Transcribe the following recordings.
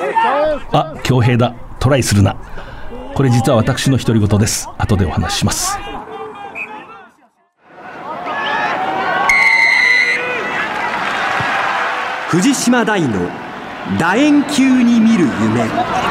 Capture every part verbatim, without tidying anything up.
あ、恭平だ、トライするな。これ実は私の独り言です。後でお話しします。 藤島大の楕円球に見る夢。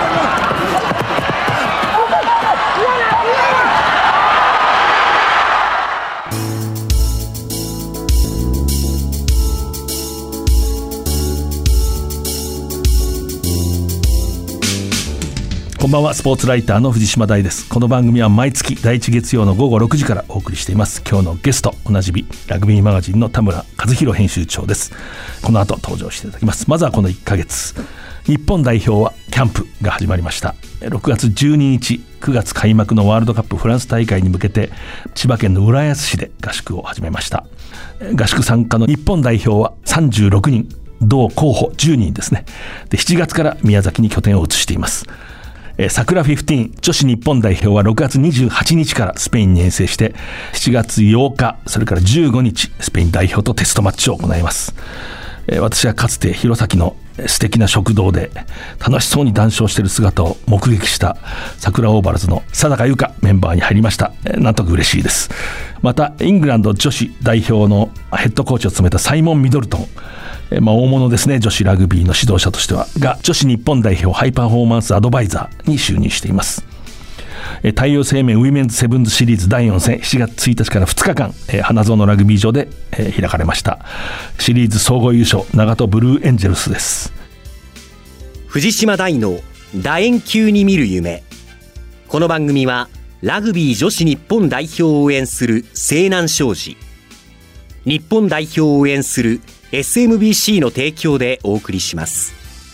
こんばんは、スポーツライターの藤島大です。この番組は毎月だいいち月曜の午後ろくじからお送りしています。今日のゲスト、おなじみラグビーマガジンの田村和弘編集長です。この後登場していただきます。まずはこのいっかげつ、日本代表はキャンプが始まりました。ろくがつじゅうににち、くがつ開幕のワールドカップフランス大会に向けて千葉県の浦安市で合宿を始めました。合宿参加の日本代表はさんじゅうろくにん、同候補じゅうにんですね。で、しちがつから宮崎に拠点を移しています。桜じゅうご女子日本代表はろくがつにじゅうはちにちからスペインに遠征して、しちがつようか、それからじゅうごにちスペイン代表とテストマッチを行います。私はかつて弘前の素敵な食堂で楽しそうに談笑している姿を目撃した桜オーバルズの佐高優香メンバーに入りました。なんとか嬉しいです。またイングランド女子代表のヘッドコーチを務めたサイモン・ミドルトン、まあ、大物ですね、女子ラグビーの指導者としてはが女子日本代表ハイパフォーマンスアドバイザーに就任しています。太陽生命ウィメンズセブンズシリーズだいよん戦、しちがつついたちからふつかかん、花園ラグビー場で開かれました。シリーズ総合優勝、長門ブルーエンジェルスです。 藤島大の楕円球に見る夢。この番組はラグビー女子日本代表を応援する西南商事、日本代表を応援する エスエムビーシー の提供でお送りします。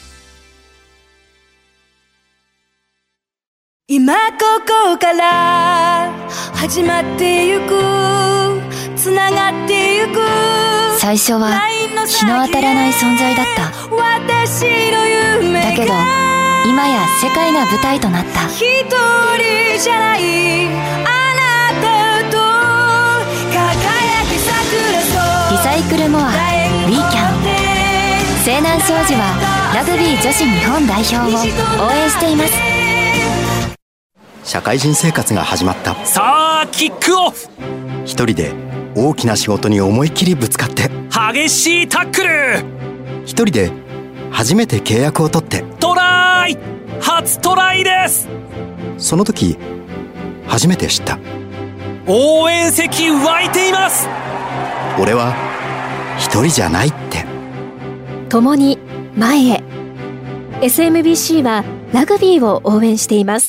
今ここから始まってゆく、つながってゆく。 最初は日の当たらない存在だった。 私の夢がだけど今や世界が舞台となった。 一人じゃないあなたと輝き桜そう。 リサイクルモアウィーキャン。西南商事はラグビー女子日本代表を応援しています。 社会人生活が始まった。 さあキックオフ。 一人で大きな仕事に思いっきりぶつかって、 激しいタックル。 一人で初めて契約を取って、 トライ。初トライです。 その時初めて知った。 応援席湧いています。 俺は一人じゃないって。 共に前へ。 エスエムビーシー はラグビーを応援しています。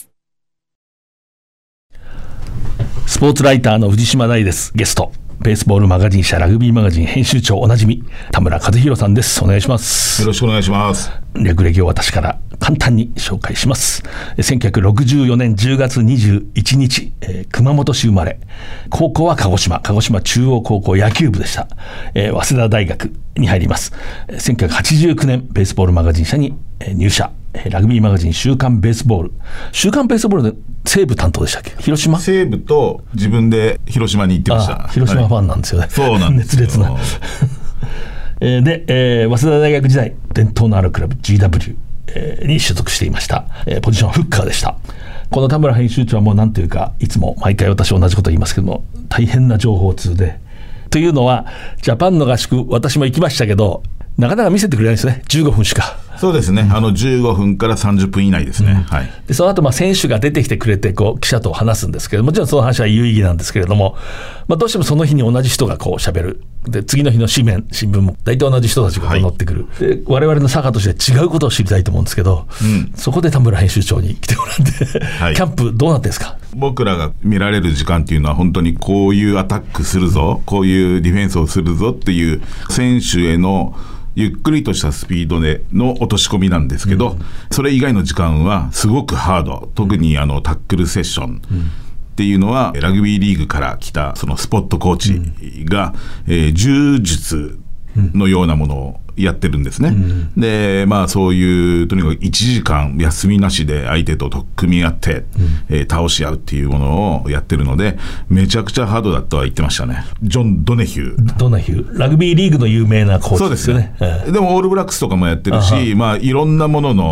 スポーツライターの藤島大です。ゲスト、ベースボールマガジン社ラグビーマガジン編集長おなじみ田村和弘さんです。お願いします。 よろしくお願いします。 略歴を私から簡単に紹介します。せんきゅうひゃくろくじゅうよねんじゅうがつにじゅういちにち、えー、熊本市生まれ。高校は鹿児島鹿児島中央高校野球部でした。えー、早稲田大学に入ります。せんきゅうひゃくはちじゅうきゅうねんベースボールマガジン社に入社。ラグビーマガジン週刊ベースボール、週刊ベースボールで西部担当でしたっけ。広島西部と自分で広島に行ってました。 広島ファンなんですよね。 そうなんですよ。 熱烈なで、えー、早稲田大学時代伝統のあるクラブ ジーダブリュー、えー、に所属していました。えー、ポジションはフッカーでした。この田村編集長はもう何というか、いつも毎回私同じこと言いますけども、大変な情報通で、というのはジャパンの合宿私も行きましたけど、なかなか見せてくれないですね。じゅうごふんしか。 そうですね、あのじゅうごふんからさんじゅっぷん以内ですね、うん、はい、でその後まあ選手が出てきてくれてこう記者と話すんですけど、もちろんその話は有意義なんですけれども、まあ、どうしてもその日に同じ人がこう喋る。で次の日の紙面新聞も大体同じ人たちがこう載ってくる、はい、で我々の佐賀として違うことを知りたいと思うんですけど、うん、そこで田村編集長に来てもらって、はい、キャンプどうなってんですか。 僕らが見られる時間っていうのは本当にこういうアタックするぞ、こういうディフェンスをするぞっていう選手へのゆっくりとしたスピードでの落とし込みなんですけど、うん、それ以外の時間はすごくハード、特にあのタックルセッションっていうのは、ラグビーリーグから来たそのスポットコーチが、うん、えー、柔術のようなものをやってるんですね、うん、でまあそういうとにかくいちじかん休みなしで相手と取っ組み合って、うん、えー、倒し合うっていうものをやってるので、めちゃくちゃハードだとは言ってましたね。ジョン・ドネヒュードネヒューラグビーリーグの有名なコーチですよね。 そうですね、でもオールブラックスとかもやってるし、まあいろんなものの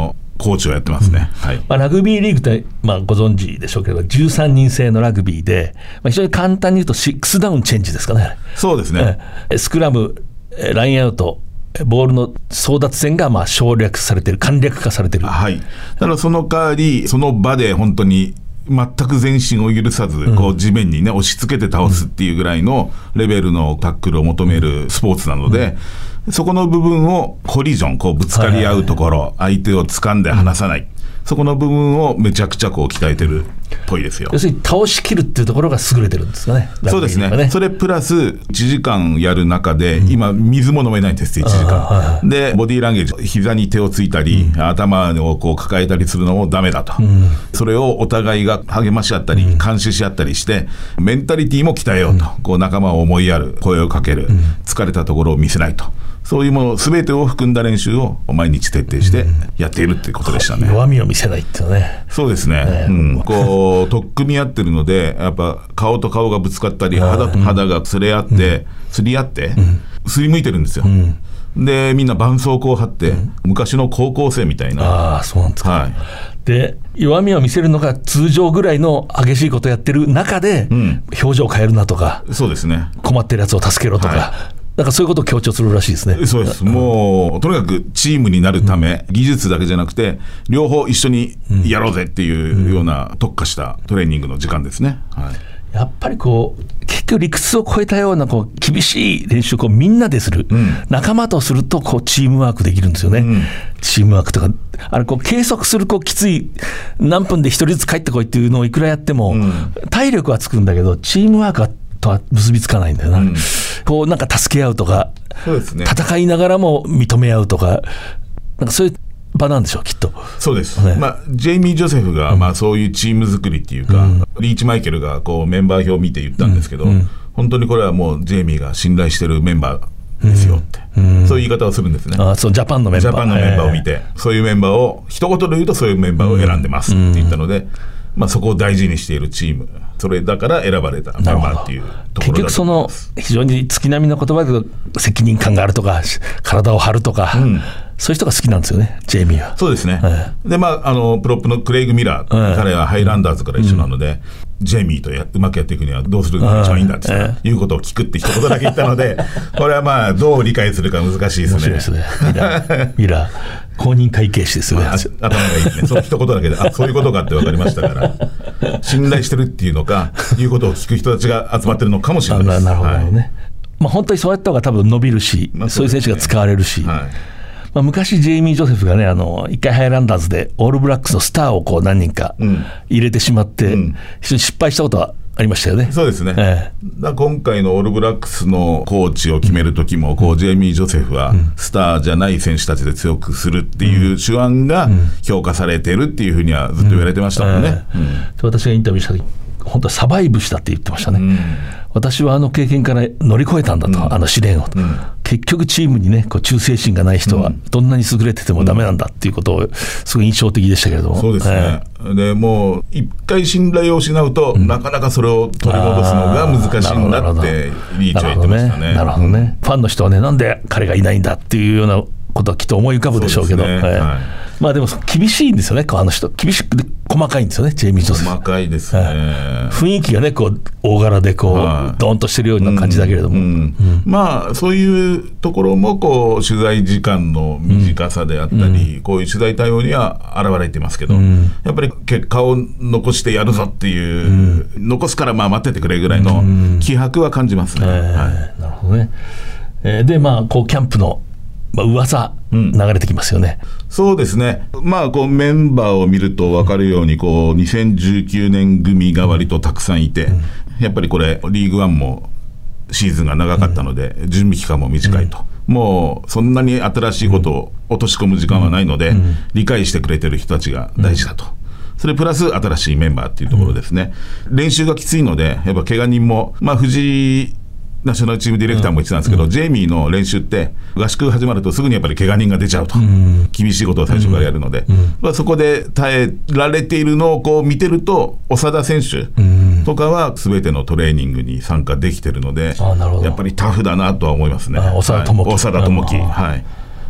コーチをやってますね、うんはいまあ、ラグビーリーグって、まあ、ご存知でしょうけどじゅうさんにん制のラグビーで、まあ、非常に簡単に言うとシックスダウンチェンジですかね。 そうですね、 スクラム、ラインアウト、ボールの争奪戦がまあ省略されてる、簡略化されてる、 はい、だからその代わりその場で本当に全く前進を許さず、うん、こう地面に、ね、押し付けて倒すっていうぐらいのレベルのタックルを求めるスポーツなので、うん、そこの部分をコリジョン、こうぶつかり合うところ、はいはいはい、相手を掴んで離さない、うん、そこの部分をめちゃくちゃこう鍛えてるっぽいですよ。 要するに倒しきるっていうところが優れてるんですかね。 そうですね。それプラスいちじかんやる中で、うん、今水も飲めないんですいちじかん、はい、でボディーランゲージ、膝に手をついたり、うん、頭をこう抱えたりするのもダメだと、うん、それをお互いが励まし合ったり、うん、監視し合ったりしてメンタリティーも鍛えようと、うん、こう仲間を思いやる、声をかける、うん、疲れたところを見せないと、そういうもの全てを含んだ練習を毎日徹底してやっているっていうことでしたね、 うん、弱みを見せないっていうね。 そうですね、ねうん、こう取っ組み合ってるのでやっぱ顔と顔がぶつかったり肌と肌が擦れ合って、うん、擦り合って、うん、すりむいてるんですよ、うんでみんな絆創膏を貼って、うん、昔の高校生みたいな。 あそうなんですか、 はい、 で弱みを見せるのが通常ぐらいの激しいことをやってる中で、うん、表情を変えるなとか、 そうですね、 困ってるやつを助けろとか、はい、なんかそういうことを強調するらしいですね。 そうです。もうとにかくチームになるため、うん、技術だけじゃなくて両方一緒にやろうぜっていうような特化したトレーニングの時間ですね、はい、 やっぱりこう結局理屈を超えたようなこう厳しい練習をこうみんなでする、うん、仲間とするとこうチームワークできるんですよね、うん、チームワークとかあれこう計測するこうきつい何分で一人ずつ帰ってこいっていうのをいくらやっても、うん、体力はつくんだけどチームワークはとは結びつかないんだよな、うん、こうなんか助け合うとか、そうですね、戦いながらも認め合うとか、なんかそういう場なんでしょうきっと。 そうです、ねまあ、ジェイミー・ジョセフが、うんまあ、そういうチーム作りっていうか、うん、リーチ・マイケルがこうメンバー表を見て言ったんですけど、うんうん、本当にこれはもうジェイミーが信頼してるメンバーですよって、うんうん、そういう言い方をするんですね。 あそうジャパンのメンバージャパンのメンバーを見て、そういうメンバーを一言で言うとそういうメンバーを選んでますって言ったので、うんまあ、そこを大事にしているチーム、それだから選ばれたメンバーっていうところだと思います。結局その非常に月並みの言葉で責任感があるとか体を張るとか、うん、そういう人が好きなんですよねジェイミーは。 そうですね、はい、でまあ、あのプロップのクレイグ・ミラー、はい、彼はハイランダーズから一緒なので、うん、ジェイミーとやうまくやっていくにはどうするのが一番いいんだって、はい、いうことを聞くって一言だけ言ったのでこれはまあどう理解するか難しいですね。 面白いですね。ミラーミラー公認会計士ですよね、まあ、 頭がいいですね。その一言だけであそういうことかって分かりましたから信頼してるっていうのかいうことを聞く人たちが集まってるのかもしれないです。 なるほどね、はいまあ、本当にそうやった方が多分伸びるし、まあ そうですね、そういう選手が使われるし、はいまあ、昔ジェイミー・ジョセフがねあの一回ハイランダーズでオールブラックスのスターをこう何人か入れてしまって、うん、非常に失敗したことはありましたよね。 そうですね、ええ、だ今回のオールブラックスのコーチを決めるときも、うん、こうジェイミー・ジョセフはスターじゃない選手たちで強くするっていう手腕が評価されてるっていうふうにはずっと言われてましたもんね、うんうんええうん、私がインタビューした時本当はサバイブしたって言ってましたね、うん、私はあの経験から乗り越えたんだと、うん、あの試練を、うん、結局チームにねこう忠誠心がない人はどんなに優れててもダメなんだっていうことをすごい印象的でしたけれども、 そうですね、えー、でもう一回信頼を失うと、うん、なかなかそれを取り戻すのが難しいんだってリーチは言ってましたね。 なるほどね、ファンの人はねなんで彼がいないんだっていうようなことはきっと思い浮かぶでしょうけど、ねはいはい、まあでも厳しいんですよねあの人厳しくて細かいんですよねジェイミー・ジョセフ。 細かいですね、はい、 雰囲気がねこう大柄でこう、はい、ドーンとしてるような感じだけれども、うんうんうん、 まあそういうところもこう取材時間の短さであったり、うん、こういう取材対応には現れてますけど、うん、やっぱり結果を残してやるぞっていう、うん、残すからまあ待っててくれぐらいの気迫は感じますね、うんはい、 なるほどね、えー、でまあこうキャンプのまあ、噂流れてきますよね、 うん、そうですね、まあ、こうメンバーを見ると分かるようにこうにせんじゅうきゅうねん組が割とたくさんいて、うん、やっぱりこれリーグワンもシーズンが長かったので、うん、準備期間も短いと、うん、もうそんなに新しいことを落とし込む時間はないので、うん、理解してくれてる人たちが大事だと、うん、それプラス新しいメンバーっていうところですね、うん、練習がきついのでやっぱ怪我人も、まあ、藤井ナショナルチームディレクターも言ってたんですけど、うん、ジェイミーの練習って合宿始まるとすぐにやっぱり怪我人が出ちゃうと、うん、厳しいことを最初からやるので、うんまあ、そこで耐えられているのをこう見てると長田選手とかは全てのトレーニングに参加できてるので、うん、やっぱりタフだなとは思いますね。 長田智樹、 はい、長田智樹、はい、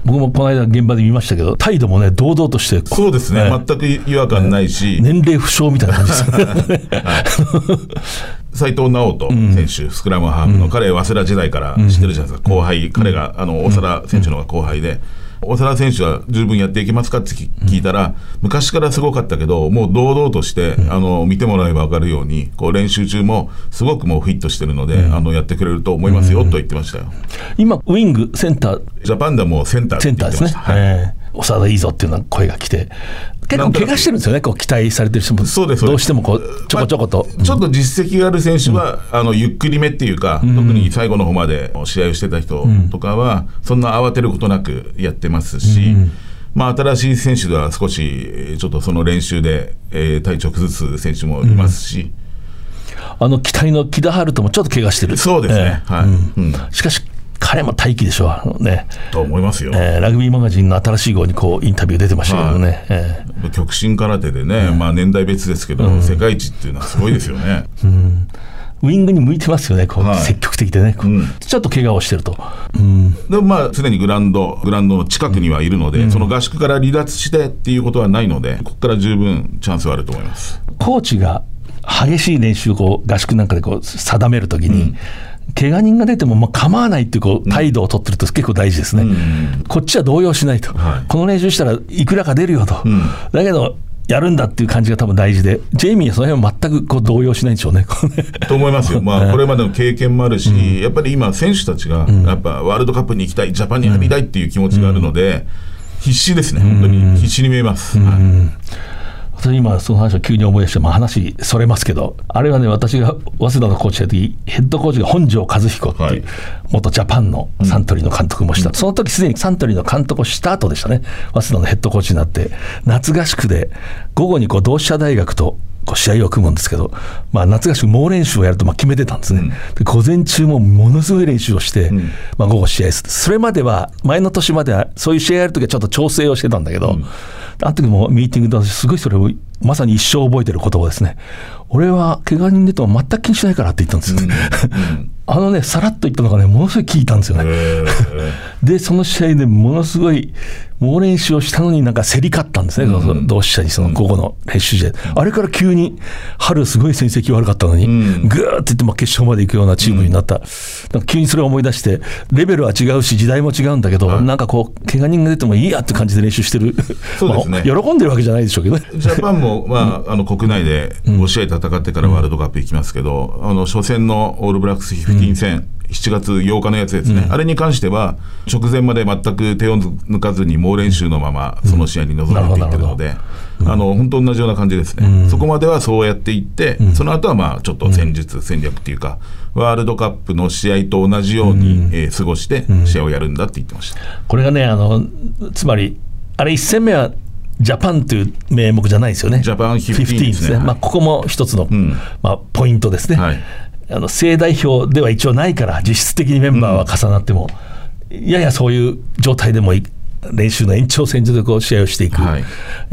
僕もこの間現場で見ましたけど、態度もね堂々として、 そうですね、ね全く違和感ないし、 年齢不詳みたいな感じですよね斉藤直人選手、うん、スクラムハーフの、うん、彼早稲田時代から知ってるじゃないですか、後輩、彼があの大皿選手の方が後輩で、大皿選手は十分やっていけますかって聞いたら、昔からすごかったけどもう堂々として、あの見てもらえば分かるようにこう練習中もすごくもうフィットしてるので、あのやってくれると思いますよと言ってましたよ。 今ウィングセンタージャパンではもうセンターって言ってました。 センターですね、はい、長田いいぞっていうような声が来て、結構怪我してるんですよね、こう期待されてる人も。 そうですどうしてもこうちょこちょこと、 まあ、ちょっと実績がある選手は、うん、あのゆっくりめっていうか、うん、特に最後の方まで試合をしてた人とかは、うん、そんな慌てることなくやってますし、うんまあ、新しい選手では少しちょっとその練習で、えー、体調崩す選手もいますし、 うん、あの期待の木田晴斗もちょっと怪我してる。 そうですね、えーはいうんうん、 しかし彼も大気でしょうね。 と思いますよ、 えー、ラグビーマガジンの新しい号にこうインタビュー出てましたけどね、はいえー、極真空手でね、まあ、年代別ですけど、うん、世界一っていうのはすごいですよね、うんウィングに向いてますよね、こう、はい、積極的でね、うん、ちょっと怪我をしてると、うん、 でもまあ常にグラウンドグラウンドの近くにはいるので、うん、その合宿から離脱してっていうことはないので、ここから十分チャンスはあると思います。 コーチが激しい練習をこう合宿なんかでこう定めるときに、うん怪我人が出てもまあ構わないっていうこう態度を取ってると結構大事ですね、うん、こっちは動揺しないと、はい、この練習したらいくらか出るよと、うん、だけどやるんだっていう感じが多分大事で、ジェイミーはその辺は全くこう動揺しないんでしょうねと思いますよ、まあ、これまでの経験もあるし、うん、やっぱり今選手たちがやっぱワールドカップに行きたい、ジャパンに入りたいっていう気持ちがあるので、うん、必死ですね、本当に必死に見えます、うんはい今その話を急に思い出して、まあ、話それますけど、あれはね私が早稲田のコーチやった時、ヘッドコーチが本庄和彦っていう、はい、元ジャパンのサントリーの監督もした、うん、その時すでにサントリーの監督をした後でしたね、早稲田のヘッドコーチになって、夏合宿で午後にこう同志社大学とこう試合を組むんですけど、まあ、夏合宿猛練習をやるとまあ決めてたんですね、うん、で午前中もものすごい練習をして、うんまあ、午後試合する。それまでは前の年まではそういう試合やるときはちょっと調整をしてたんだけど、うんあの時もミーティングですごいそれをまさに一生覚えてる言葉ですね。俺は怪我人出ても全く気にしないからって言ったんですよ、うんうん、あのねさらっと言ったのがねものすごい効いたんですよねでその試合でものすごい猛練習をしたのになんか競り勝ったんですね、うん、同志社にその午後の練習試合、うん、あれから急に春すごい成績悪かったのに、うん、ぐーっていって決勝まで行くようなチームになった、うん、なんか急にそれを思い出してレベルは違うし時代も違うんだけど、はい、なんかこう怪我人が出てもいいやって感じで練習してるそうですね、まあ、喜んでるわけじゃないでしょうけどねジャパンも、まあ、あの国内でご試合戦ってからワールドカップ行きますけど、うん、あの初戦のオールブラックスじゅうご戦、うんしちがつようかのやつですね、うん、あれに関しては直前まで全く手を抜かずに猛練習のままその試合に臨んでいってるので、うん、あの本当同じような感じですね、うん、そこまではそうやっていって、うん、その後はまあちょっと戦術、うん、戦略っていうかワールドカップの試合と同じように、うんえー、過ごして試合をやるんだって言ってました、うん、 これがねあのつまりあれいち戦目はジャパンという名目じゃないですよね、 ジャパンじゅうごですね、 まあ、ここも一つの、うんまあ、ポイントですね、はいあの正代表では一応ないから実質的にメンバーは重なっても、うん、ややそういう状態でもいい練習の延長線上でこう試合をしていく、はい、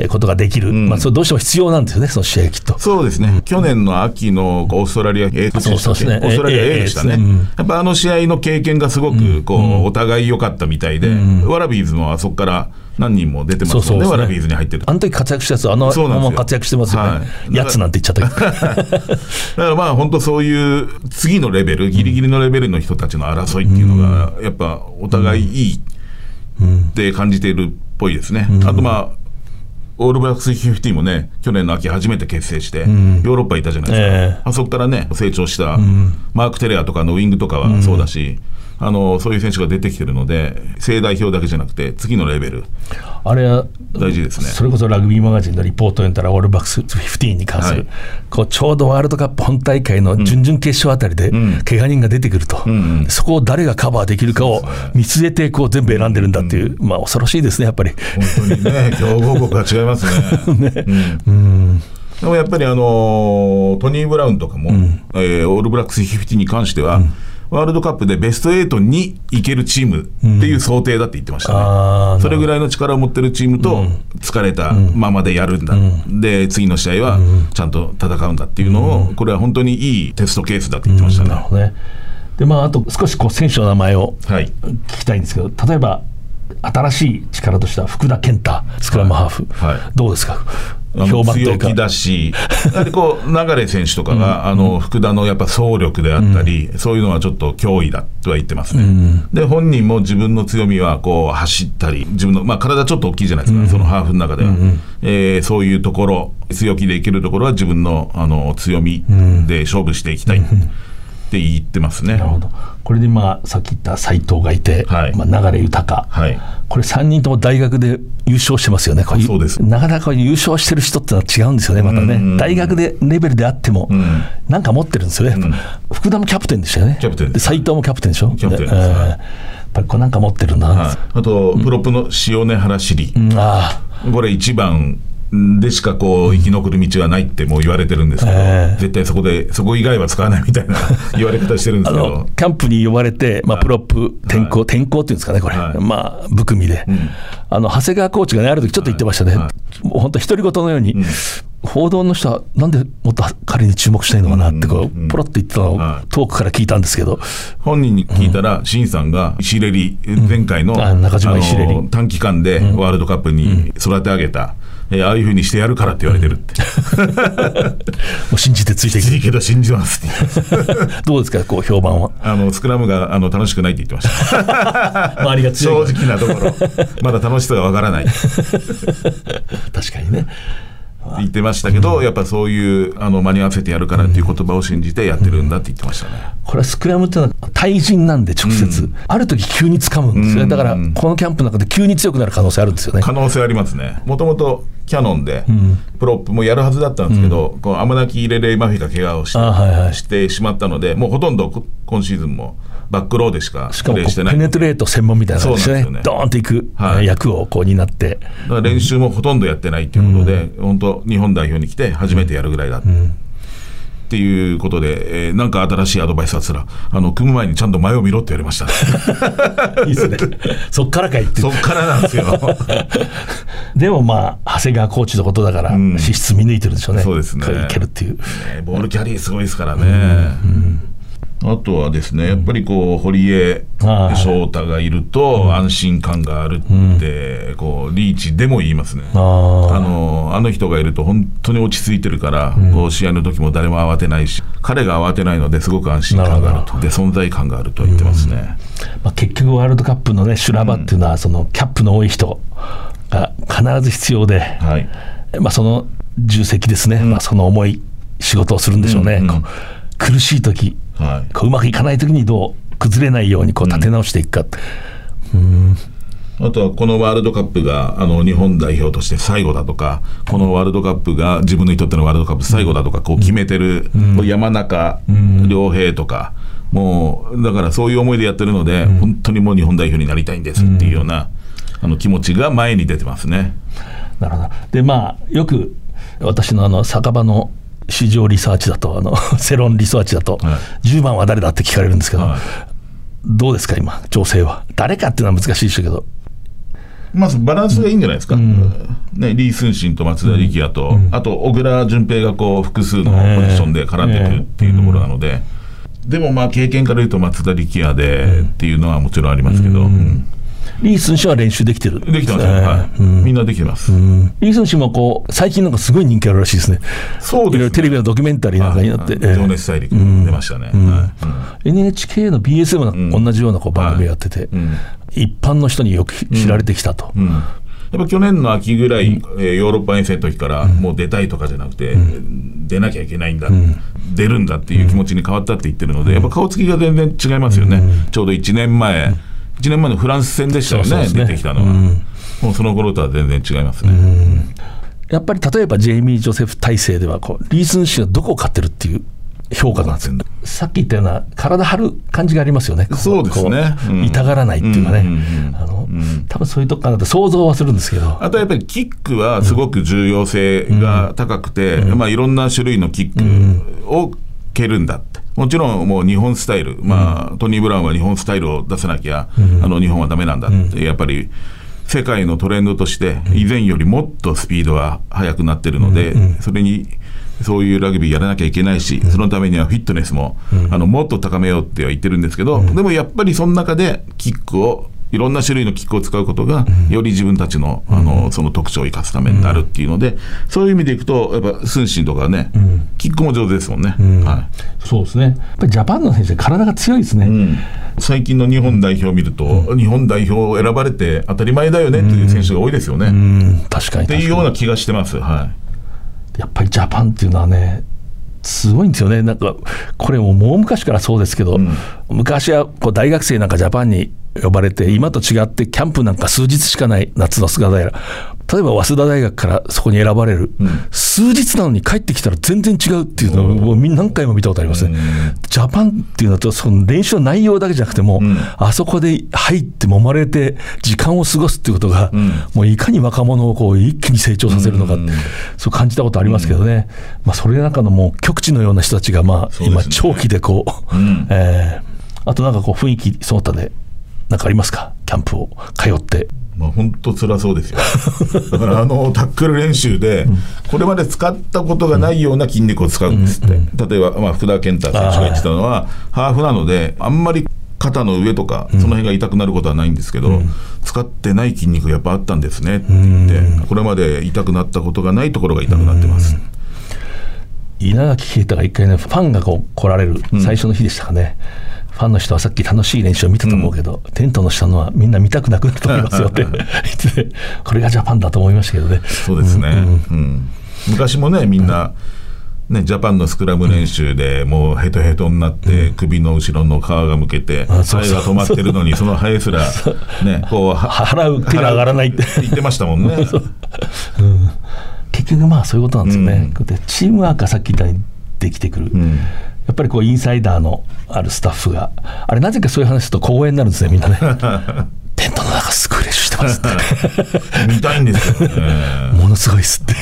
ことができる、うんまあ、それどうしても必要なんですよね、その試合きっと。 そうですね、うん、去年の秋のオーストラリア A でしたっけ、オーストラリア A でしたね、うん、やっぱあの試合の経験がすごくこう、うん、お互い良かったみたいで、うん、ワラビーズもあそこから何人も出てますもんね、そうそうですね、ワラビーズに入ってる。 あの時活躍したやつ、あのまま活躍してますよね、はい、やつなんて言っちゃったけどだからまあ本当そういう次のレベル、ギリギリのレベルの人たちの争いっていうのが、やっぱお互いいいって感じているっぽいですね、うん、あとまあオールブラックスじゅうごもね去年の秋初めて結成して、うん、ヨーロッパいたじゃないですか、えー、あそこからね成長した、うん、マーク・テレアとかのウィングとかはそうだし、うん、あのそういう選手が出てきてるので正代表だけじゃなくて次のレベルあれは大事ですね。 それこそラグビーマガジンのリポートを読んだらオールブラックスじゅうごに関する、はい、こうちょうどワールドカップ本大会の準々決勝あたりで怪我人が出てくると、うんうんうん、そこを誰がカバーできるかを見据えてこう全部選んでるんだっていう、うん、まあ恐ろしいですねやっぱり本当にね強豪国が違いますねね、うんうんでもやっぱり、あのー、トニー・ブラウンとかも、うんえー、オールブラックスじゅうごに関しては、うんワールドカップでベストはちに行けるチームっていう想定だって言ってましたね、うん、それぐらいの力を持ってるチームと疲れたままでやるんだ、うん、で次の試合はちゃんと戦うんだっていうのを、うん、これは本当にいいテストケースだって言ってましたね、うん、なるほどね。 でまあ、あと少しこう選手の名前を聞きたいんですけど、はい、例えば新しい力としては福田健太スクラムハーフ、 はいはい、 どうですか、 あの強気だし、やはりこう流選手とかが、うん、あの福田のやっぱ走力であったり、うん、そういうのはちょっと脅威だとは言ってますね、うん、で本人も自分の強みはこう走ったり、自分の、まあ、体ちょっと大きいじゃないですか、うん、そのハーフの中では、うん、えー、そういうところ、強気でいけるところは自分 の, あの強みで勝負していきたい、うんって言ってますね。 なるほど。これでまあさっき言った斉藤がいて、はい、まあ、流豊、はい、これさんにんとも大学で優勝してますよね。こういう、そうです。なかなか優勝してる人ってのは違うんですよね、またね。大学でレベルであっても、うん、なんか持ってるんですよね、うん、福田もキャプテンでしたよね。キャプテンで斉藤もキャプテンでしょ。キャプテンです、えーはい、やっぱりこれなんか持ってるんだな、はい、あと、うん、 プロップの塩根原尻、うん、あこれ一番でしかこう生き残る道はないってもう言われてるんですけど、えー、絶対そこでそこ以外は使わないみたいな言われ方してるんですけど、あのキャンプに呼ばれて、まあ、プロップ転向、はい、転向っていうんですかね、これ、はい、まあ部組で、うん、あの長谷川コーチがねある時ちょっと言ってましたね、はいはい、もう本当独り言のように、うん、報道の人はなんでもっと彼に注目したいのかなってこう、うんうん、ポロッと言ってたのを遠くから聞いたんですけど、 本人に聞いたら、うん、シンさんが石レリ前回 の,、うん、あ中島石レリ短期間でワールドカップに育て上げた、うん、ああいうふうにしてやるからって言われてるって、うん、 もう信じてついてきていいけど信じますってどうですかこう評判は。 あのスクラムがあの楽しくないって言ってました周りが強い正直なところまだ楽しさがわからない確かにね言ってましたけど、うん、やっぱそういうあの間に合わせてやるからっていう言葉を信じてやってるんだって言ってましたね、 うん、これはスクラムってのは対人なんで直接、うん、ある時急に掴むんですよね、だからこのキャンプの中で急に強くなる可能性あるんですよね。 可能性ありますね。もともとキャノンでプロップもやるはずだったんですけど、うん、このアマナキレレイマフィが怪我をして、はいはい、してしまったので、もうほとんど今シーズンもバックローでしかプレーしてない。 しかもペネトレート専門みたいな感じでね、ドーンといく、はい、役をこう担って、 だから練習もほとんどやってないということで、うん、本当日本代表に来て初めてやるぐらいだ、うん、っていうことで、えー、なんか新しいアドバイスあったら、あの組む前にちゃんと前を見ろって言われました、ね、 いいですねそっからかいってそっからなんですよでもまあ長谷川コーチのことだから、うん、資質見抜いてるんでしょうね。 そうですね、 いけるっていう、ね、 ボールキャリーすごいですからね、うんうん、あとはですね、やっぱりこう堀江翔太がいると安心感があるって、うん、こうリーチでも言いますね。あ, あのあの人がいると本当に落ち着いてるから、うん、こう試合の時も誰も慌てないし、彼が慌てないのですごく安心感があると、で存在感があると言ってますね、うんまあ、結局ワールドカップのね修羅場っていうのは、うん、そのキャップの多い人が必ず必要で、はいまあ、その重責ですね、うんまあ、その重い仕事をするんでしょうね、うんうん、こう苦しい時、はい、こううまくいかない時にどう崩れないようにこう立て直していくか、うん、 うん、あとはこのワールドカップがあの日本代表として最後だとか、このワールドカップが自分にとってのワールドカップ最後だとかこう決めてる、うん、山中亮平とか、もうだからそういう思いでやってるので、うん、本当にもう日本代表になりたいんですっていうような、うん、あの気持ちが前に出てますね。 なるほど。でまあよく私のあの酒場の市場リサーチだと、あの世論リサーチだと、はい、じゅうばんは誰だって聞かれるんですけど、はい、どうですか今情勢は。誰かっていうのは難しいでしょうけど、 まずバランスがいいんじゃないですか、うんね、李承信と松田力也と、うん、あと小倉順平がこう複数のポジションで絡んでくるっていうところなので、えーえー、でもまあ経験から言うと松田力也でっていうのはもちろんありますけど、うんうん李承信は練習できてるできてますよ、はい、うん、みんなできてます。 李承信もこう最近なんかすごい人気あるらしいですね。 そうですね、いろいろテレビのドキュメンタリーなんかになって、 情熱大陸出ましたね、うんうんはいうん、エヌエイチケー の ビーエスエム の同じようなこう番組をやってて、うんはい、一般の人によく知られてきたと、うんうん、やっぱ去年の秋ぐらい、うんえー、ヨーロッパ遠征の時からもう出たいとかじゃなくて、うん、出なきゃいけないんだ、うん、出るんだっていう気持ちに変わったって言ってるので、うん、やっぱ顔つきが全然違いますよね、うん、ちょうどいちねんまえ、うんいちねんまえのフランス戦でしたよ ね, そうそうね出てきたのは、うん、もうその頃とは全然違いますね、うん、 やっぱり例えばジェイミー・ジョセフ体制ではこう李承信がどこを勝ってるっていう評価なんですよ。さっき言ったような体張る感じがありますよね。 そうですね、 うん、痛がらないっていうかね、うんうんうん、あのうん、多分そういうとこかなって想像はするんですけど、 あとやっぱりキックはすごく重要性が高くて、うんまあ、いろんな種類のキックを蹴るんだって、もちろんもう日本スタイル、まあ、トニー・ブラウンは日本スタイルを出さなきゃ、うん、あの日本はダメなんだって、うん、やっぱり世界のトレンドとして以前よりもっとスピードが速くなってるので、うん、それにそういうラグビーやらなきゃいけないし、そのためにはフィットネスも、うん、あのもっと高めようっては言ってるんですけど、うん、でもやっぱりその中でキックをいろんな種類のキックを使うことが、うん、より自分たちの、あの、うん、その特徴を生かすためになるっていうので、うん、そういう意味でいくとやっぱ承信とかね、うん、キックも上手ですもんね、うんはい、 そうですね。やっぱりジャパンの選手体が強いですね、うん、 最近の日本代表を見ると、うん、日本代表を選ばれて当たり前だよねっていう選手が多いですよね、うんうん、確かにっていうような気がしてます、はい、 やっぱりジャパンっていうのはねすごいんですよね。なんかこれももう昔からそうですけど、うん、昔はこう大学生なんかジャパンに呼ばれて今と違ってキャンプなんか数日しかない夏の姿やら例えば早稲田大学からそこに選ばれる、うん、数日なのに帰ってきたら全然違うっていうのをもう何回も見たことありますね、うん、ジャパンっていうのとその練習の内容だけじゃなくても、うん、あそこで入って揉まれて時間を過ごすっていうことが、うん、もういかに若者をこう一気に成長させるのかって、うん、そう感じたことありますけどね、うんまあ、それなんかのもう極地のような人たちがまあ今長期でこう、うんえー、あとなんかこう雰囲気その他でなんかありますかキャンプを通ってまあ、本当辛そうですよだからあのタックル練習でこれまで使ったことがないような筋肉を使うんですって、うんうん、例えば、まあ、福田健太選手が言ってたのはハーフなのであんまり肩の上とかその辺が痛くなることはないんですけど、うん、使ってない筋肉やっぱあったんですねって言って、うん、これまで痛くなったことがないところが痛くなってます、 うん、稲垣啓太が一回ねファンがこう来られる最初の日でしたかね、うんファンの人はさっき楽しい練習を見たと思うけど、うん、テントの下のはみんな見たくなくなると思いますよって言ってこれがジャパンだと思いましたけどね。 そうですね、うんうん、昔もねみんな、ね、ジャパンのスクラム練習でもうヘトヘトになって、うん、首の後ろの皮がむけてハエが止まってるのにそのハエすら、ね、こう払う手が上がらないって言ってましたもんね、うん、 結局まあそういうことなんですよね、うん、チームワークがさっき言ったようにできてくる、うんやっぱりこうインサイダーのあるスタッフがあれなぜかそういう話すると光栄になるんですねみんなねテントの中すごい練習してますって見たいんですよねものすごいっす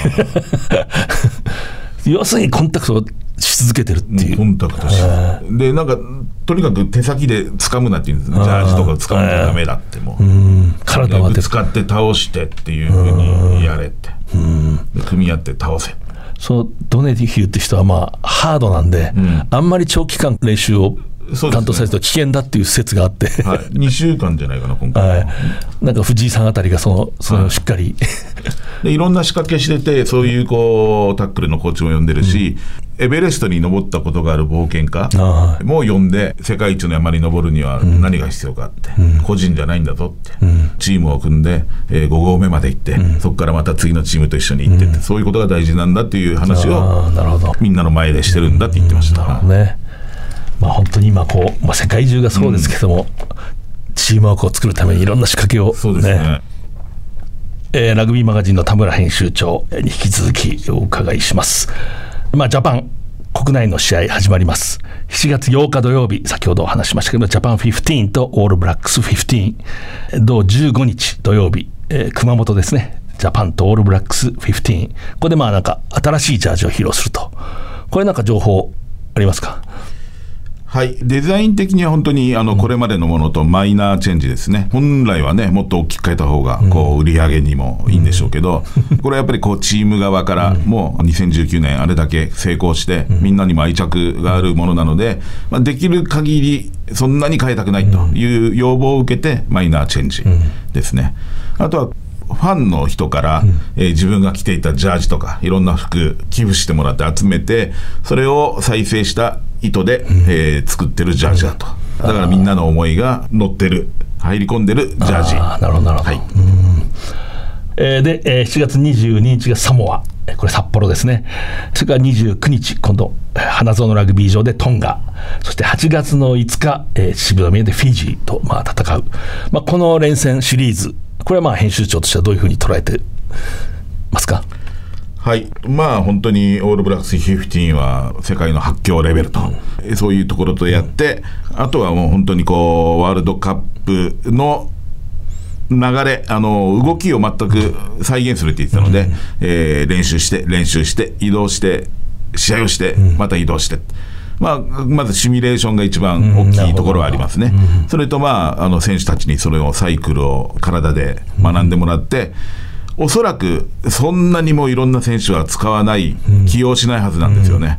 って要するにコンタクトをし続けてるっていうコンタクトしでなんかとにかく手先で掴むなっていうんですねジャージとか掴むとダメだってもううん体はぶつかって倒してっていうふうにやれってで組み合って倒せそのドネディヒューって人はまあハードなんで、うん、あんまり長期間練習を担当されると危険だっていう説があって、 はい、にしゅうかんじゃないかな今回、 はい、なんか藤井さんあたりがそのそのしっかり、 はい、でいろんな仕掛けしててそういうこうタックルのコーチも呼んでるし、うん、エベレストに登ったことがある冒険家も呼んで世界一の山に登るには何が必要かって、うん、個人じゃないんだぞって、うん、チームを組んで、えー、ご合目まで行って、うん、そこからまた次のチームと一緒に行ってって、うん、そういうことが大事なんだっていう話をみんなの前でしてるんだって言ってました、 うん、なるほどねまあ、本当に今こう、まあ、世界中がそうですけども、うん、チームワークを作るためにいろんな仕掛けを、ねそうですねえー、ラグビーマガジンの田村編集長に引き続きお伺いします、まあ、ジャパン国内の試合始まりますしちがつようか土曜日先ほどお話しましたけどジャパンじゅうごとオールブラックスじゅうご同じゅうごにち土曜日、えー、熊本ですねジャパンとオールブラックスじゅうごここでまあなんか新しいジャージを披露するとこれなんか情報ありますか。 はい、デザイン的には本当にあのこれまでのものとマイナーチェンジですね。本来はねもっと大きく変えた方がこう売り上げにもいいんでしょうけど、これはやっぱりこうチーム側からもにせんじゅうきゅうねんあれだけ成功してみんなにも愛着があるものなので、まあ、できる限りそんなに変えたくないという要望を受けてマイナーチェンジですね。あとはファンの人から、うんえー、自分が着ていたジャージとかいろんな服寄付してもらって集めてそれを再生した糸で、うんえー、作ってるジャージだと。だからみんなの思いが乗ってる入り込んでるジャージ。 あなるほどなるほど、はいうんえー、で、えー、しちがつにじゅうににちがサモアこれ札幌ですね。それからにじゅうくにち今度花園ラグビー場でトンガそしてはちがつのいつか、えー、渋谷でフィジーと、まあ、戦う、まあ、この連戦シリーズこれはまあ編集長としてはどういうふうに捉えてますか。 はいまあ本当にオールブラックスじゅうごは世界の発狂レベルと、うん、そういうところとやって、うん、あとはもう本当にこうワールドカップの流れあの動きを全く再現するって言ってたので、うんえー、練習して練習して移動して試合をしてまた移動して、うんまあ、まずシミュレーションが一番大きいところはありますね、うん、それと、まあ、あの選手たちにそれをサイクルを体で学んでもらって、うん、おそらくそんなにもいろんな選手は使わない、うん、起用しないはずなんですよね、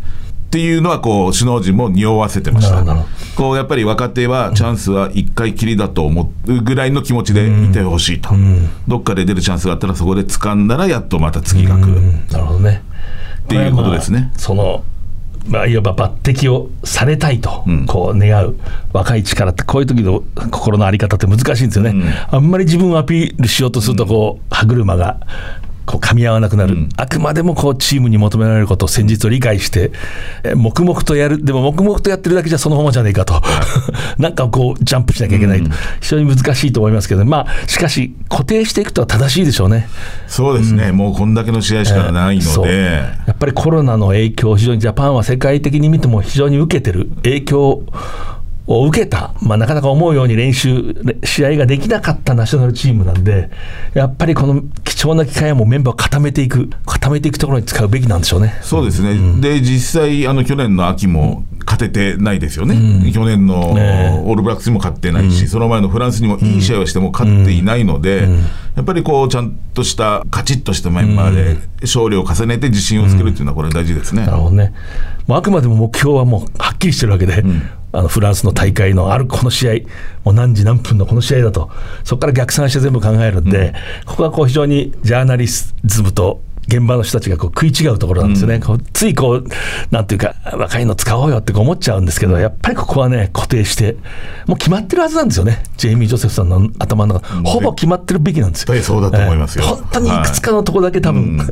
っていうのはこう首脳陣も匂わせてました。こうやっぱり若手はチャンスはいっかいきりだと思うぐらいの気持ちでいてほしいと、うん、どっかで出るチャンスがあったらそこで掴んだらやっとまた次が来る、うん、 なるほどねっていうことですね。 そのまあ、いわば抜擢をされたいとこう願う若い力ってこういう時の心の在り方って難しいんですよね、うん、あんまり自分をアピールしようとするとこう歯車がこう噛み合わなくなる、うん、あくまでもこうチームに求められることを戦術を理解して黙々とやる。でも黙々とやってるだけじゃそのままじゃねえかとなんかこうジャンプしなきゃいけないと、うん、非常に難しいと思いますけど、まあ、しかし固定していくとは正しいでしょうね。 そうですね、うん、もうこんだけの試合しかないので、 えー、やっぱりコロナの影響を非常にジャパンは世界的に見ても非常に受けてる影響を受けた、まあ、なかなか思うように練習試合ができなかったナショナルチームなんで、やっぱりこの貴重な機会はもうメンバーを固めていく固めていくところに使うべきなんでしょうね。 そうですね、うん、で実際あの去年の秋も勝ててないですよね、うん、去年のオールブラックスにも勝ってないし、うん、その前のフランスにもいい試合をしても勝っていないので、うんうん、やっぱりこうちゃんとしたカチッとしたメンバーで勝利を重ねて自信をつけるっていうのはこれ大事ですね、うん、 なるほどね。もうあくまでも目標はもうはっきりしてるわけで、うん、あのフランスの大会のあるこの試合もう何時何分のこの試合だと、そこから逆算して全部考えるんで、うん、ここはこう非常にジャーナリズムと現場の人たちがこう食い違うところなんですよね、うん、こうついこうなんていうか若いの使おうよって思っちゃうんですけど、やっぱりここはね固定してもう決まってるはずなんですよね。ジェイミー・ジョセフさんの頭の中、うん、ほぼ決まってるべきなんですよ。 そうだと思いますよ、 えー、本当にいくつかのところだけ多分、はい、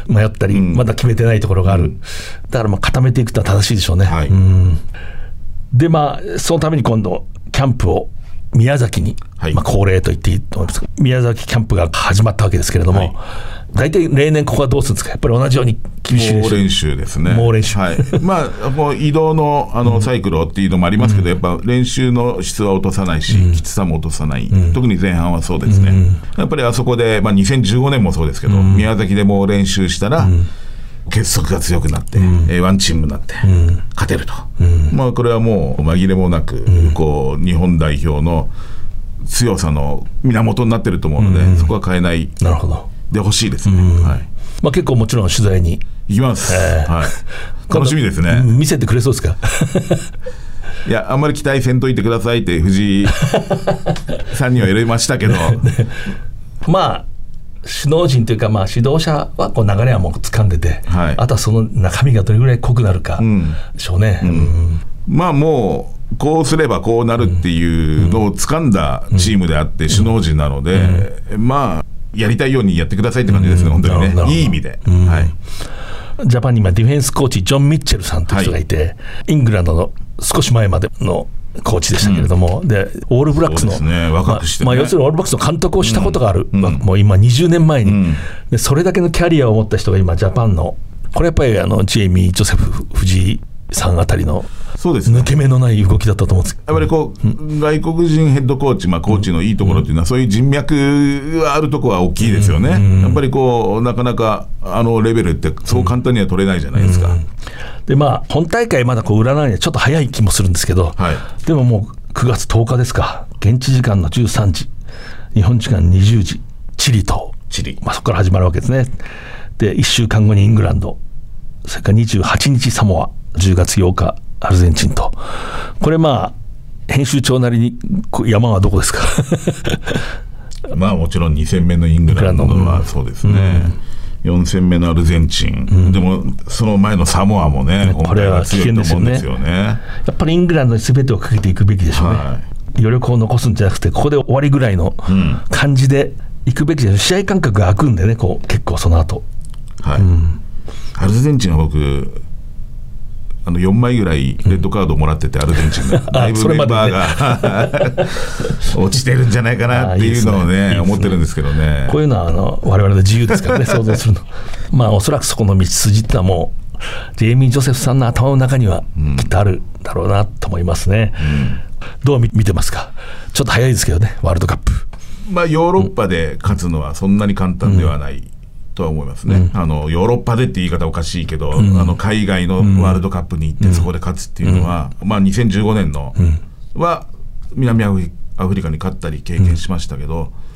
迷ったり、うん、まだ決めてないところがある、うん、だからまあ固めていくとは正しいでしょうね、はい、うん。でまあそのために今度キャンプを宮崎に、はい、まあ、恒例と言っていいと思いますが宮崎キャンプが始まったわけですけれども、はい、大体例年ここはどうするんですか。やっぱり同じように厳しい猛練習ですね。 猛練習、 はい、まあもう移動 の, あのサイクルっていうのもありますけど、うん、やっぱ練習の質は落とさないし、うん、きつさも落とさない、うん、特に前半はそうですね、うん、やっぱりあそこで、まあ、にせんじゅうごねんもそうですけど、うん、宮崎でも練習したら、うん、結束が強くなって、うん、ワンチームになって、うん、勝てると、うん、まあ、これはもう紛れもなく、うん、こう日本代表の強さの源になってると思うので、うん、そこは変えないでほしいですね、うん、はい。 まあ、結構もちろん取材に行きます、えーはい、楽しみですね。 見せてくれそうですかいや、あんまり期待せんといてくださいって藤井さんには言われましたけど、ね、 まあ首脳陣というか、まあ指導者はこう流れはもう掴んでて、はい、あとはその中身がどれぐらい濃くなるかでしょうね、うんうん、 まあもうこうすればこうなるっていうのを掴んだチームであって首脳陣なので、うん、まあやりたいようにやってくださいって感じですね、うん、本当にね、いい意味で、うん、はい。 ジャパンに今ディフェンスコーチジョン・ミッチェルさんという人がいて、はい、イングランドの少し前までのコーチでしたけれども、うん、でオールブラックスの、 ね、若くしてね、 まあ、要するにオールブラックスの監督をしたことがある、 うんまあ、もう今にじゅうねんまえに、うん、でそれだけのキャリアを持った人が今ジャパンのこれやっぱりあのジェイミー・ジョセフ藤井さんあたりの抜け目のない動きだったと思うんですけど、 やっぱりこう、うん、外国人ヘッドコーチ、まあ、コーチのいいところっていうのは、うん、そういう人脈があるところは大きいですよね、うん、やっぱりこうなかなかあのレベルってそう簡単には取れないじゃないですか、うんうん、 でまあ本大会まだこう占うにはちょっと早い気もするんですけど、はい、でももうくがつとおかですか、現地時間のじゅうさんじ日本時間にじゅうじチリとチリ、 まあ、そこから始まるわけですね。でいっしゅうかんごにイングランド、それからにじゅうはちにちサモア、じゅうがつようかアルゼンチンと、これまあ編集長なりに山はどこですかまあもちろんに戦目のイングランドはそうですね、うん、よん戦目のアルゼンチン、うん、でもその前のサモアもね、 これは危険ですよね。 ですよね。 やっぱりイングランドに全てをかけていくべきでしょうね、はい、余力を残すんじゃなくてここで終わりぐらいの感じでいくべきでしょう。試合感覚が空くんでね、こう結構その後、 はい、うん、アルゼンチンは僕あのよんまいぐらいレッドカードをもらってて、うん、アルゼンチンがだいぶメンバーが、ね、落ちてるんじゃないかなっていうのを ね, いいね思ってるんですけどね。 こういうのはあの我々の自由ですからね想像するのまあおそらくそこの道筋ってのはもうジェイミー・ジョセフさんの頭の中にはきっとあるだろうなと思いますね、うん、どう見てますか。ちょっと早いですけどね、ワールドカップ、 まあ、ヨーロッパで勝つのはそんなに簡単ではない、うんとは思いますね、うん、あのヨーロッパでって言い方おかしいけど、うん、あの海外のワールドカップに行ってそこで勝つっていうのは、うん、まあ、にせんじゅうごねんのは南アフリカに勝ったり経験しましたけど、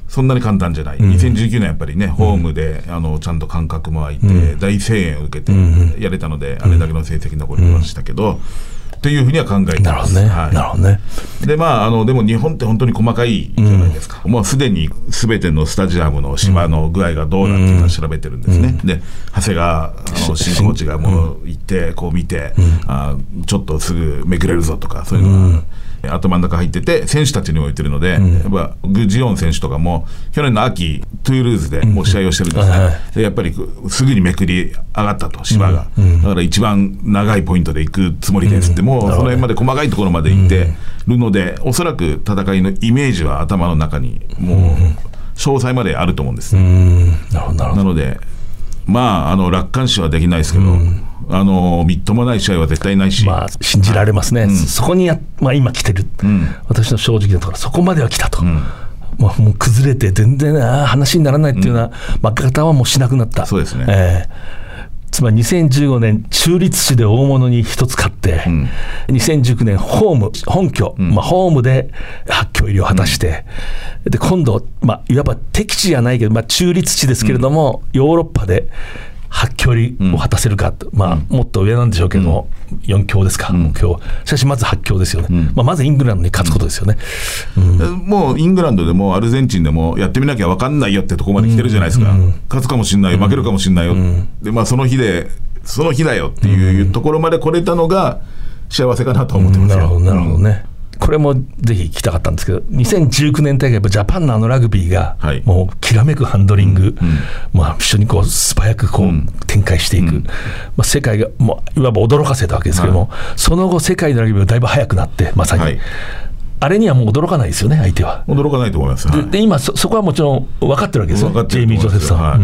そんなに簡単じゃない、うん、にせんじゅうきゅうねんやっぱりね、ホームであのちゃんと観客も開いて、うん、大声援を受けてやれたので、うん、あれだけの成績残りましたけど、うんというふうには考えています。なるほどね。はい、なるほどね。で、まあ、あの、でも日本って本当に細かいじゃないですか。うん、もうすでにすべてのスタジアムの芝の具合がどうなっていうのを調べてるんですね。うん、で、長谷川あの新コーチがもう行って、こう見て、うん、あ、ちょっとすぐめくれるぞとか、そういうのが、うん頭の中入ってて選手たちにも言ってるので、うん、やっぱグジオン選手とかも去年の秋トゥールーズでもう試合をしてるんですね、うんはい、でやっぱりすぐにめくり上がったと芝が、うん、だから一番長いポイントで行くつもりですって、うん、もうその辺まで細かいところまで行ってるので、うん、おそらく戦いのイメージは頭の中にもう詳細まであると思うんです、うん、なるほどなるほど。なのでまあ、あの楽観視はできないですけど、うん、あのみっともない試合は絶対ないし、 まあ、信じられますね、はいうん、そこにや、まあ、今来てる、うん、私の正直なところそこまでは来たと、うんまあ、もう崩れて全然あ話にならないっていうような負け方はもうしなくなった、 そうですね、 えーつまりにせんじゅうごねん中立市で大物に一つ勝って、うん、にせんじゅうきゅうねんホーム本拠、うんまあ、ホームで八強入りを果たして、うん、で今度、まあ、いわば敵地じゃないけど、まあ、中立地ですけれども、うん、ヨーロッパで八強入りを果たせるか、うんまあ、もっと上なんでしょうけども、うん、よん強ですか、うん、今日しかしまず八強ですよね、うんまあ、まずイングランドに勝つことですよね、 うんうん、もうイングランドでもアルゼンチンでもやってみなきゃ分かんないよってところまで来てるじゃないですか、うん、勝つかもしれないよ負けるかもしれないよ、うん、でまあ、その日でその日だよっていうところまで来れたのが幸せかなと思ってますよ、 うん、なるほどなるほどね、うん、これもぜひ聞きたかったんですけどにせんじゅうきゅうねん大会やっぱジャパンのあのラグビーがもうきらめくハンドリング、うんうんまあ、一緒にこう素早くこう展開していく、うんまあ、世界がもういわば驚かせたわけですけども、はい、その後世界のラグビーがだいぶ速くなってまさに、はい、あれにはもう驚かないですよね相手は驚かないと思います、 はい、で, で今 そ, そこはもちろん分かってるわけですよジェイミー・ジョセフさん、はいうん、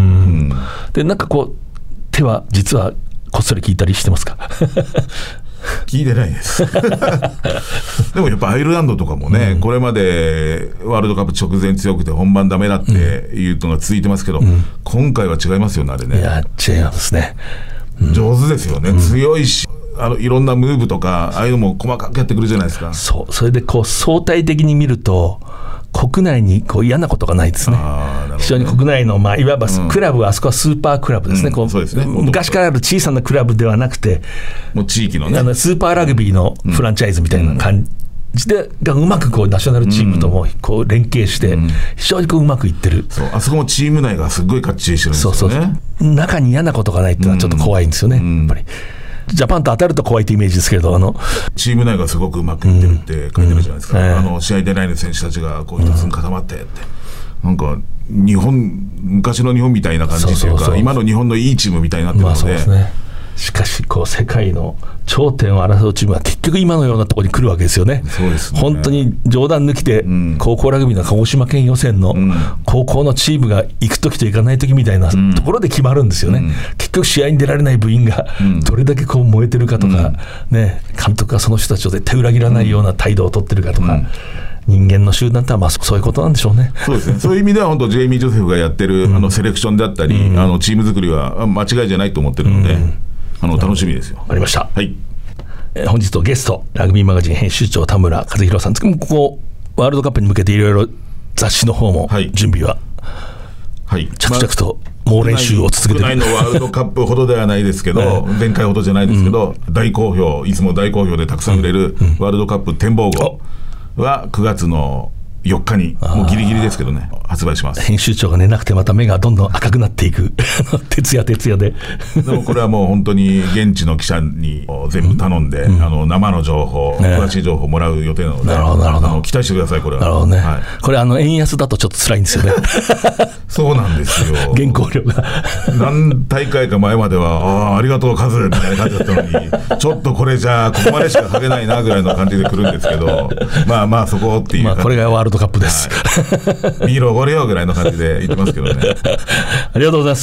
でなんかこう手は実はこっそり聞いたりしてますか聞いてないですでもやっぱアイルランドとかもね、うん、これまでワールドカップ直前強くて本番ダメだっていうのが続いてますけど、うん、今回は違いますよねあれね。 いや違いますね、 うん、上手ですよね、うん、強いしあのいろんなムーブとかああいうのも細かくやってくるじゃないですか。 そうそれでこう相対的に見ると国内にこう嫌なことがないですね。非常に国内の、まあ、いわばクラブは、うん、あそこはスーパークラブですね、うん、こうそうですね昔からある小さなクラブではなくてもう地域のねあのスーパーラグビーのフランチャイズみたいな感じで、うん、がうまくこうナショナルチームともこう連携して非常にこううまくいってる、うん、 そうあそこもチーム内がすごいかっちりしてるんですよね。そうそうそう中に嫌なことがないっていうのはちょっと怖いんですよね、うん、やっぱりジャパンと当たると怖いというイメージですけれどあのチーム内がすごくうまくいってるって書いてるじゃないですか、うんうんえー、あの試合出ないの選手たちがこう一つに固まってって、うん、なんか日本昔の日本みたいな感じというかそうそうそう今の日本のいいチームみたいになってるので、まあそうですね、しかしこう世界の頂点を争うチームは結局今のようなところに来るわけですよね。そうですね本当に冗談抜きで、うん、高校ラグビーの鹿児島県予選の高校のチームが行くときと行かないときみたいなところで決まるんですよね、うん、結局試合に出られない部員がどれだけこう燃えてるかとか、うんね、監督がその人たちを絶対裏切らないような態度を取ってるかとか、うん人間の集団ってまあそういうことなんでしょうね。 そうですね。そういう意味では本当ジェイミー・ジョセフがやってる、うん、あのセレクションであったり、うん、あのチーム作りは間違いじゃないと思ってるので、うん、あの楽しみですよ。 ありました。 はい。 えー、本日のゲストラグビーマガジン編集長田村和弘さんですけども、ここワールドカップに向けていろいろ雑誌の方も準備は、はい、着々と猛練習を続けている。 国内のワールドカップほどではないですけど、前回ほどじゃないですけど、うん、大好評いつも大好評でたくさん売れるワールドカップ展望号はくがつのよっかにもうギリギリですけどね発売します。 編集長が寝なくてまた目がどんどん赤くなっていく徹夜徹夜ででもこれはもう本当に現地の記者に全部頼んで、うん、あの生の情報、ね、詳しい情報をもらう予定なので、なるほどなるほど、あの期待してください。これはなるほどね、はい、これあの円安だとちょっと辛いんですよねそうなんですよ原稿料が何大会か前までは あ, ありがとうカズみたいな感じだったのにちょっとこれじゃあここまでしか書けないなぐらいの感じで来るんですけどまあまあそこっていう、まあ、 これがワールドカップです、 はい、見ろこれよぐらいの感じで言ってますけどねありがとうございます。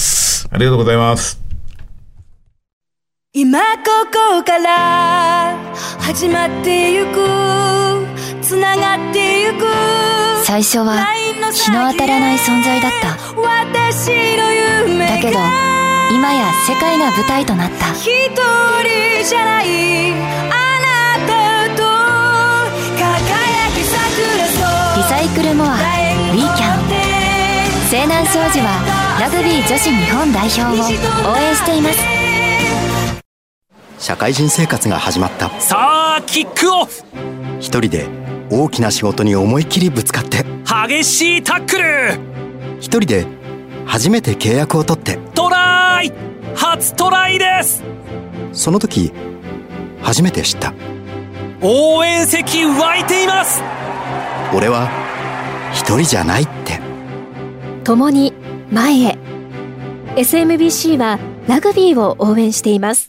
ありがとうございます。 今ここから始まってゆくつながってゆく最初は日の当たらない存在だった。 私の夢がだけど今や世界が舞台となった。 一人じゃないあなたと輝き桜そうリサイクルモアウィーキャン西南商事はラグビー女子日本代表を応援しています。 社会人生活が始まった。 さあキックオフ。 一人で大きな仕事に思いっきりぶつかって、 激しいタックル。 一人で初めて契約を取って、 トライ。初トライです。 その時初めて知った。 応援席湧いています。 俺は一人じゃないって。 共に前へ。 エスエムビーシー はラグビーを応援しています。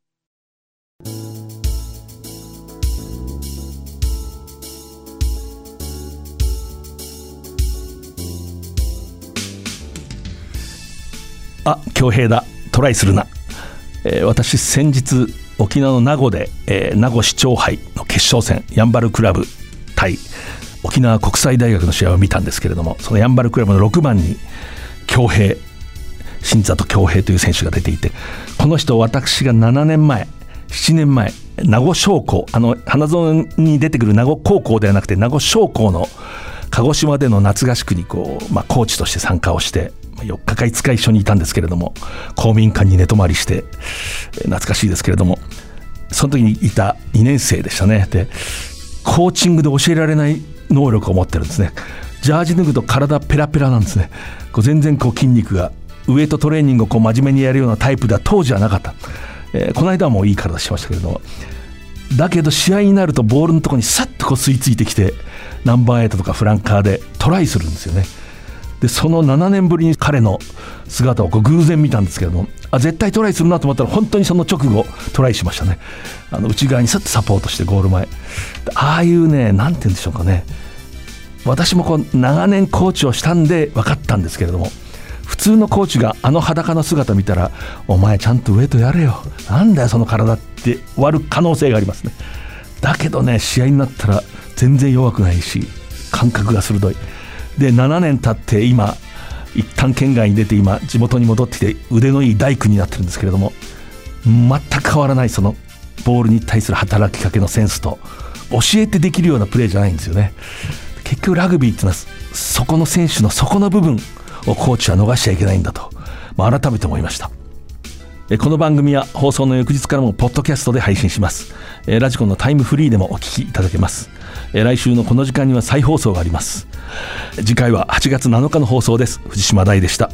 あ、恭平だ、トライするな。えー、私先日沖縄の名護で、えー、名護市長杯の決勝戦、ヤンバルクラブ対沖縄国際大学の試合を見たんですけれども、そのヤンバルクラブのろくばんに恭平、新里恭平という選手が出ていて、この人私がななねんまえななねんまえ名護商工、あの花園に出てくる名護高校ではなくて名護商工の鹿児島での夏合宿にこう、まあ、コーチとして参加をしてよっかかいつか一緒にいたんですけれども、公民館に寝泊まりして懐かしいですけれども、その時にいたにねん生でしたね。でコーチングで教えられない能力を持ってるんですね。ジャージ脱ぐと体ペラペラなんですね。こう全然こう筋肉が、ウエイトトレーニングをこう真面目にやるようなタイプでは当時はなかった、えー、この間はもういい体してましたけれども、だけど試合になるとボールのところにさっとこう吸い付いてきて、ナンバーエイトとかフランカーでトライするんですよね。でそのななねんぶりに彼の姿をこう偶然見たんですけれども、あ絶対トライするなと思ったら本当にその直後トライしましたね。あの内側にさっとサポートしてゴール前、ああいうね、なんて言うんでしょうかね、私もこう長年コーチをしたんで分かったんですけれども、普通のコーチがあの裸の姿見たら、お前ちゃんとウエイトやれよ、なんだよその体って終わる可能性がありますね。だけどね、試合になったら全然弱くないし、感覚が鋭い。でななねん経って今一旦県外に出て、今地元に戻ってきて腕のいい大工になってるんですけれども、全く変わらないそのボールに対する働きかけのセンスと、教えてできるようなプレーじゃないんですよね。結局ラグビーっていうのはそこの選手のそこの部分をコーチは逃しちゃいけないんだと、まあ、改めて思いました。えこの番組は放送の翌日からもポッドキャストで配信します。えラジコのタイムフリーでもお聞きいただけます。え来週のこの時間には再放送があります。次回ははちがつなのかの放送です。藤島大でした。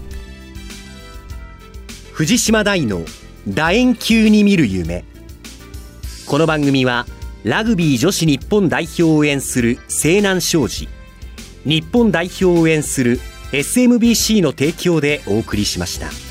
藤島大の楕円球に見る夢。この番組はラグビー女子日本代表を応援する西南商事、日本代表を応援する エスエムビーシー の提供でお送りしました。